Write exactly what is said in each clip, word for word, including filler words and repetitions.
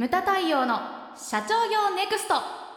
ムタ太陽の社長業ネクスト。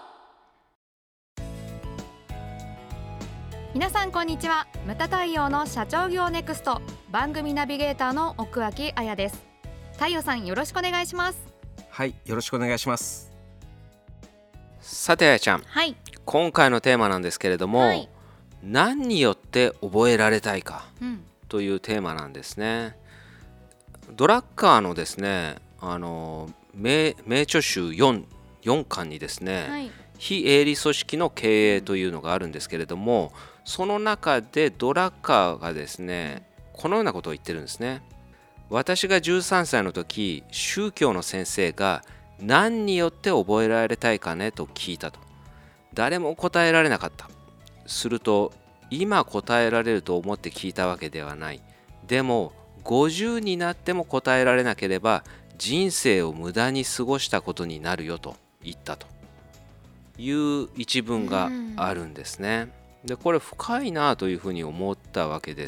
皆さんこんにちは。ムタ太陽の社長業ネクスト番組ナビゲーターの奥脇彩です。太陽さん、よろしくお願いします。 はい、よろしくお願いします。 さて、あやちゃん、 はい、 今回のテーマなんですけれども、はい、何によって覚えられたいかというテーマなんですね。うん、ドラッカーのですね、あの名, 名著集 4, 4巻にですね、はい、非営利組織の経営というのがあるんですけれども、その中でドラッカーがですね、このようなことを言ってるんですね。私がじゅうさんさいの時、宗教の先生が何によって覚えられたいかねと聞いたと。誰も答えられなかった。すると、今答えられると思って聞いたわけではない。でもごじゅうになっても答えられなければ人生を無駄に過ごしたことになるよと言ったという一文があるんですね。で、これ深いなというふうに思ったわけです。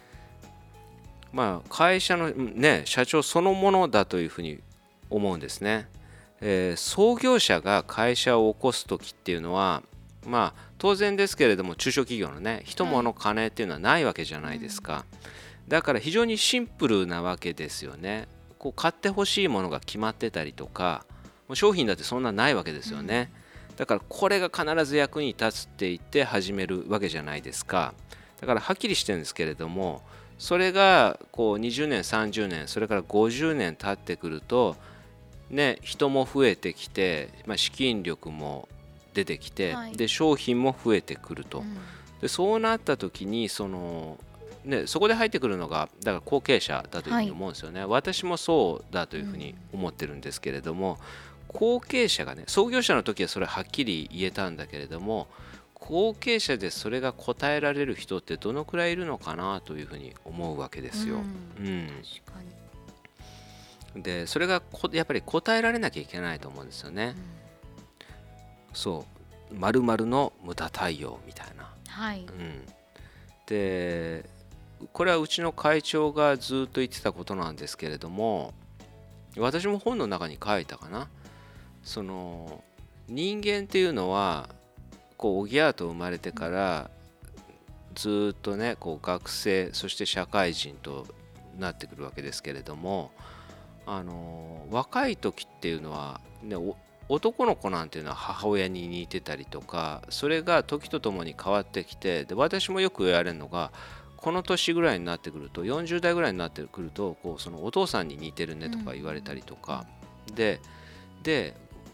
まあ、会社のね、社長そのものだというふうに思うんですね。えー、創業者が会社を起こす時っていうのは、まあ当然ですけれども、中小企業のね、人物金っていうのはないわけじゃないですか。だから非常にシンプルなわけですよね。こう買ってほしいものが決まってたりとか、商品だってそんなないわけですよね。だからこれが必ず役に立つって言って始めるわけじゃないですか。だからはっきりしてるんですけれども、それがこうにじゅうねんさんじゅうねん、それからごじゅうねん経ってくるとね、人も増えてきて、まあ、資金力も出てきて、はい、で商品も増えてくると、うん、でそうなった時にそのね、そこで入ってくるのがだから後継者だというふうに思うんですよね。はい、私もそうだというふうに思ってるんですけれども、うん、後継者がね、創業者の時はそれはっきり言えたんだけれども、後継者でそれが答えられる人ってどのくらいいるのかなというふうに思うわけですよ。うんうん、確かに。でそれがやっぱり答えられなきゃいけないと思うんですよね。うん、そう〇〇の無駄対応みたいな。はい、うん、でこれはうちの会長がずっと言ってたことなんですけれども、私も本の中に書いたかな。その人間っていうのはこうおぎゃーと生まれてからずっとね、こう学生そして社会人となってくるわけですけれども、あの若い時っていうのは、ね、男の子なんていうのは母親に似てたりとか、それが時とともに変わってきて、で私もよく言われるのが、この年ぐらいになってくると、よんじゅう代ぐらいになってくると、こうそのお父さんに似てるねとか言われたりとか、うん、でで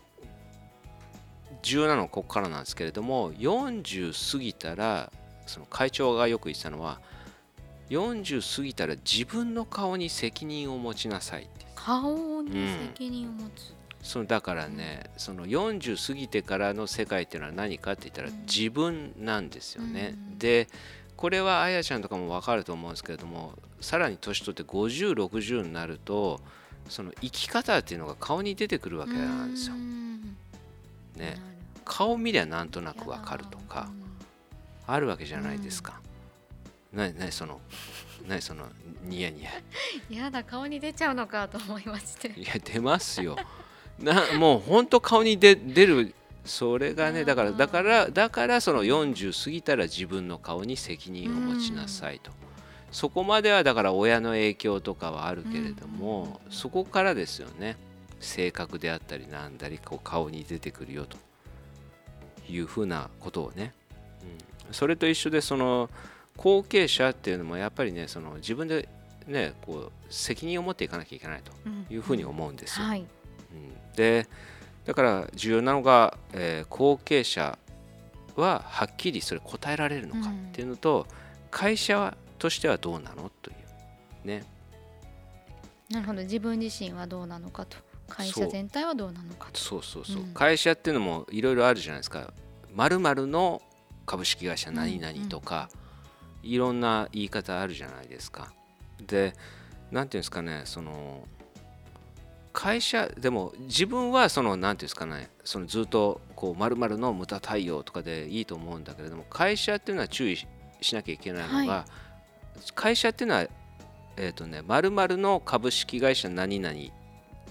重要なのはここからなんですけれども、よんじゅう過ぎたら、その会長がよく言ってたのは、よんじゅう過ぎたら自分の顔に責任を持ちなさいって。 顔に責任を持つ、うん、 そのだからね、うん、そのよんじゅう過ぎてからの世界っていうのは何かって言ったら、自分なんですよね。うん、でこれはあやちゃんとかも分かると思うんですけれども、さらに年取ってごじゅうろくじゅうになると、その生き方っていうのが顔に出てくるわけなんですよ。ね、顔見りゃなんとなく分かるとかあるわけじゃないですか。なになにそのなにそのニヤニヤ。 やだ、顔に出ちゃうのかと思いまして。 いや出ますよ。なもう本当顔に出る。それがね、だからだからだからそのよんじゅう過ぎたら自分の顔に責任を持ちなさいと。そこまではだから親の影響とかはあるけれども、そこからですよね。性格であったりなんだり、こう顔に出てくるよというふうなことをね、うん、それと一緒で、その後継者っていうのもやっぱりね、その自分でね、こう責任を持っていかなきゃいけないというふうに思うんですよ。うんはい、うん、でだから重要なのが、えー、後継者ははっきりそれ答えられるのかっていうのと、うん、会社としてはどうなのというね。 なるほど、自分自身はどうなのかと、会社全体はどうなのかと。 そうそうそうそう、うん、会社っていうのもいろいろあるじゃないですか。〇〇の株式会社何々とか、うんうん、いろんな言い方あるじゃないですか。で、なんていうんですかね、その会社でも自分はそのなんていうんですかね、そのずっとこう〇〇の無駄対応とかでいいと思うんだけれども、会社っていうのは注意しなきゃいけないのが、はい、会社っていうのはえっとね、〇〇の株式会社何々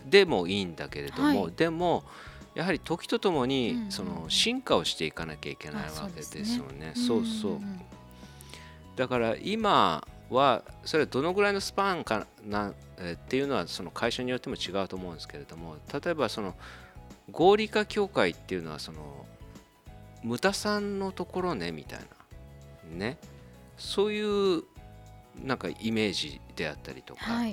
でもいいんだけれども、 はい、 でもやはり時とともにそのうん進化をしていかなきゃいけないわけですよね。そうそう。 んんだから今はそれはどのぐらいのスパンかなっていうのはその会社によっても違うと思うんですけれども、例えばその合理化協会っていうのはそのムタさんのところねみたいなね、そういうなんかイメージであったりとか、 はい、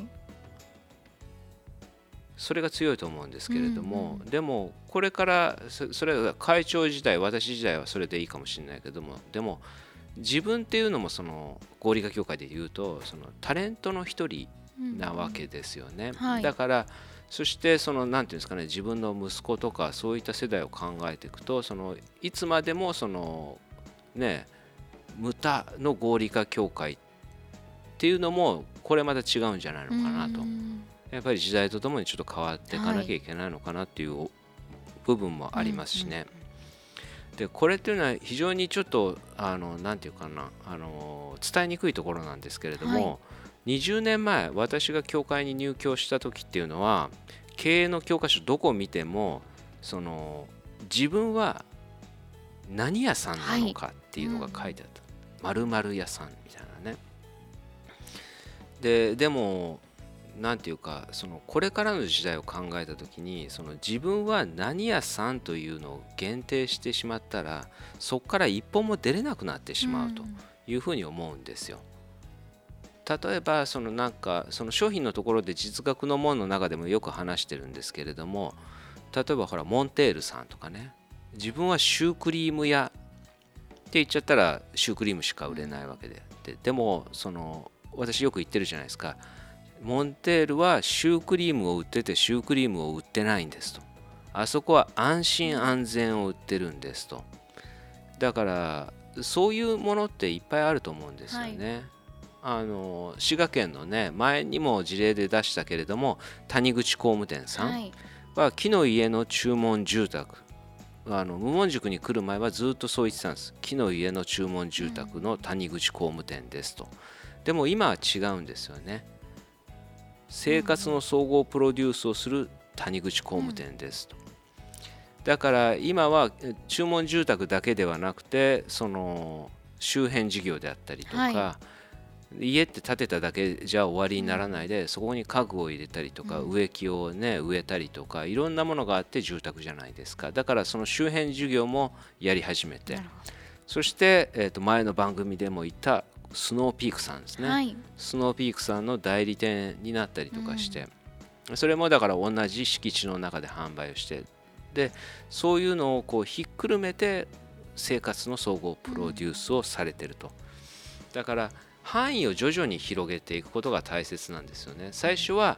それが強いと思うんですけれども、 うんうん、 でもこれからそそれは会長時代、私時代はそれでいいかもしれないけども、でも自分っていうのもその合理化協会で言うとそのタレントの一人なわけですよね、 うんうん、はい、 だからそしてそのなんていうんですかね、自分の息子とかそういった世代を考えていくと、そのいつまでもそのねムタの合理化協会っていうのもこれまた違うんじゃないのかなと、やっぱり時代とともにちょっと変わっていかなきゃいけないのかなっていう部分もありますしね、 はい、 でこれっていうのは非常にちょっとあのなんていうかな、あの伝えにくいところなんですけれども、はい、にじゅうねんまえ私が協会に入協した時っていうのは経営の教科書どこを見てもその自分は何屋さんなのかっていうのが書いてあった、はい、うん、〇〇屋さんみたいなね。ででもなんていうか、そのこれからの時代を考えたときにその自分は何屋さんというのを限定してしまったらそこから一歩も出れなくなってしまうというふうに思うんですよ。例えばそのなんかその商品のところで実学の門の中でもよく話してるんですけれども、例えばほらモンテールさんとかね、自分はシュークリーム屋って言っちゃったらシュークリームしか売れないわけで、で, でもその私よく言ってるじゃないですか、モンテールはシュークリームを売っててシュークリームを売ってないんですと、あそこは安心安全を売ってるんですと。だからそういうものっていっぱいあると思うんですよね、はい、あの滋賀県のね前にも事例で出したけれども谷口工務店さんは木の家の注文住宅、あの無門塾に来る前はずっとそう言ってたんです。木の家の注文住宅の谷口工務店ですと。でも今は違うんですよね。生活の総合プロデュースをする谷口工務店ですと。だから今は注文住宅だけではなくてその周辺事業であったりとか、はい、家って建てただけじゃ終わりにならないで、そこに家具を入れたりとか、植木をね植えたりとかいろんなものがあって住宅じゃないですか。だからその周辺事業もやり始めて、そして、えーと前の番組でも言ったスノーピークさんですね、はい、スノーピークさんの代理店になったりとかして、うん、それもだから同じ敷地の中で販売をして、でそういうのをこうひっくるめて生活の総合プロデュースをされてると、うん、だから範囲を徐々に広げていくことが大切なんですよね。最初は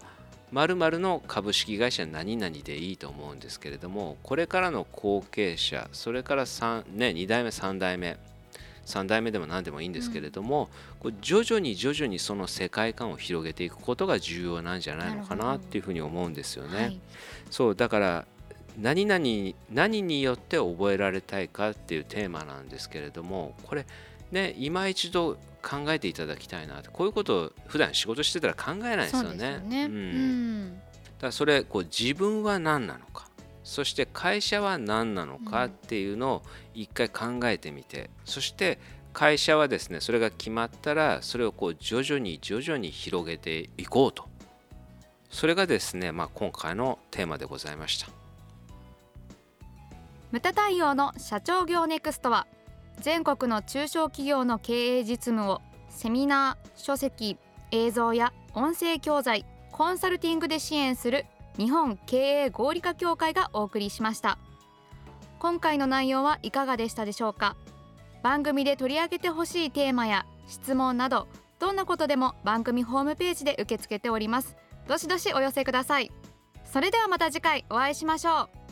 〇〇の株式会社何々でいいと思うんですけれども、これからの後継者、それからさん、ね、に代目さん代目さん代目でも何でもいいんですけれども、うん、こう徐々に徐々にその世界観を広げていくことが重要なんじゃないのかなっていうふうに思うんですよね、はい、そうだから何々何によって覚えられたいかっていうテーマなんですけれども、これね今一度考えていただきたいなと。こういうことを普段仕事してたら考えないですよね。そうですよね、うんうん、だからそれこう自分は何なのか、そして会社は何なのかっていうのを一回考えてみて、そして会社はですねそれが決まったらそれをこう徐々に徐々に広げていこうと。それがですね、まあ、今回のテーマでございました。 ムタ太陽の社長業ネクストは全国の中小企業の経営実務をセミナー、書籍、映像や音声教材、コンサルティングで支援する日本経営合理化協会がお送りしました。今回の内容はいかがでしたでしょうか。番組で取り上げてほしいテーマや質問などどんなことでも番組ホームページで受け付けております。どしどしお寄せください。それではまた次回お会いしましょう。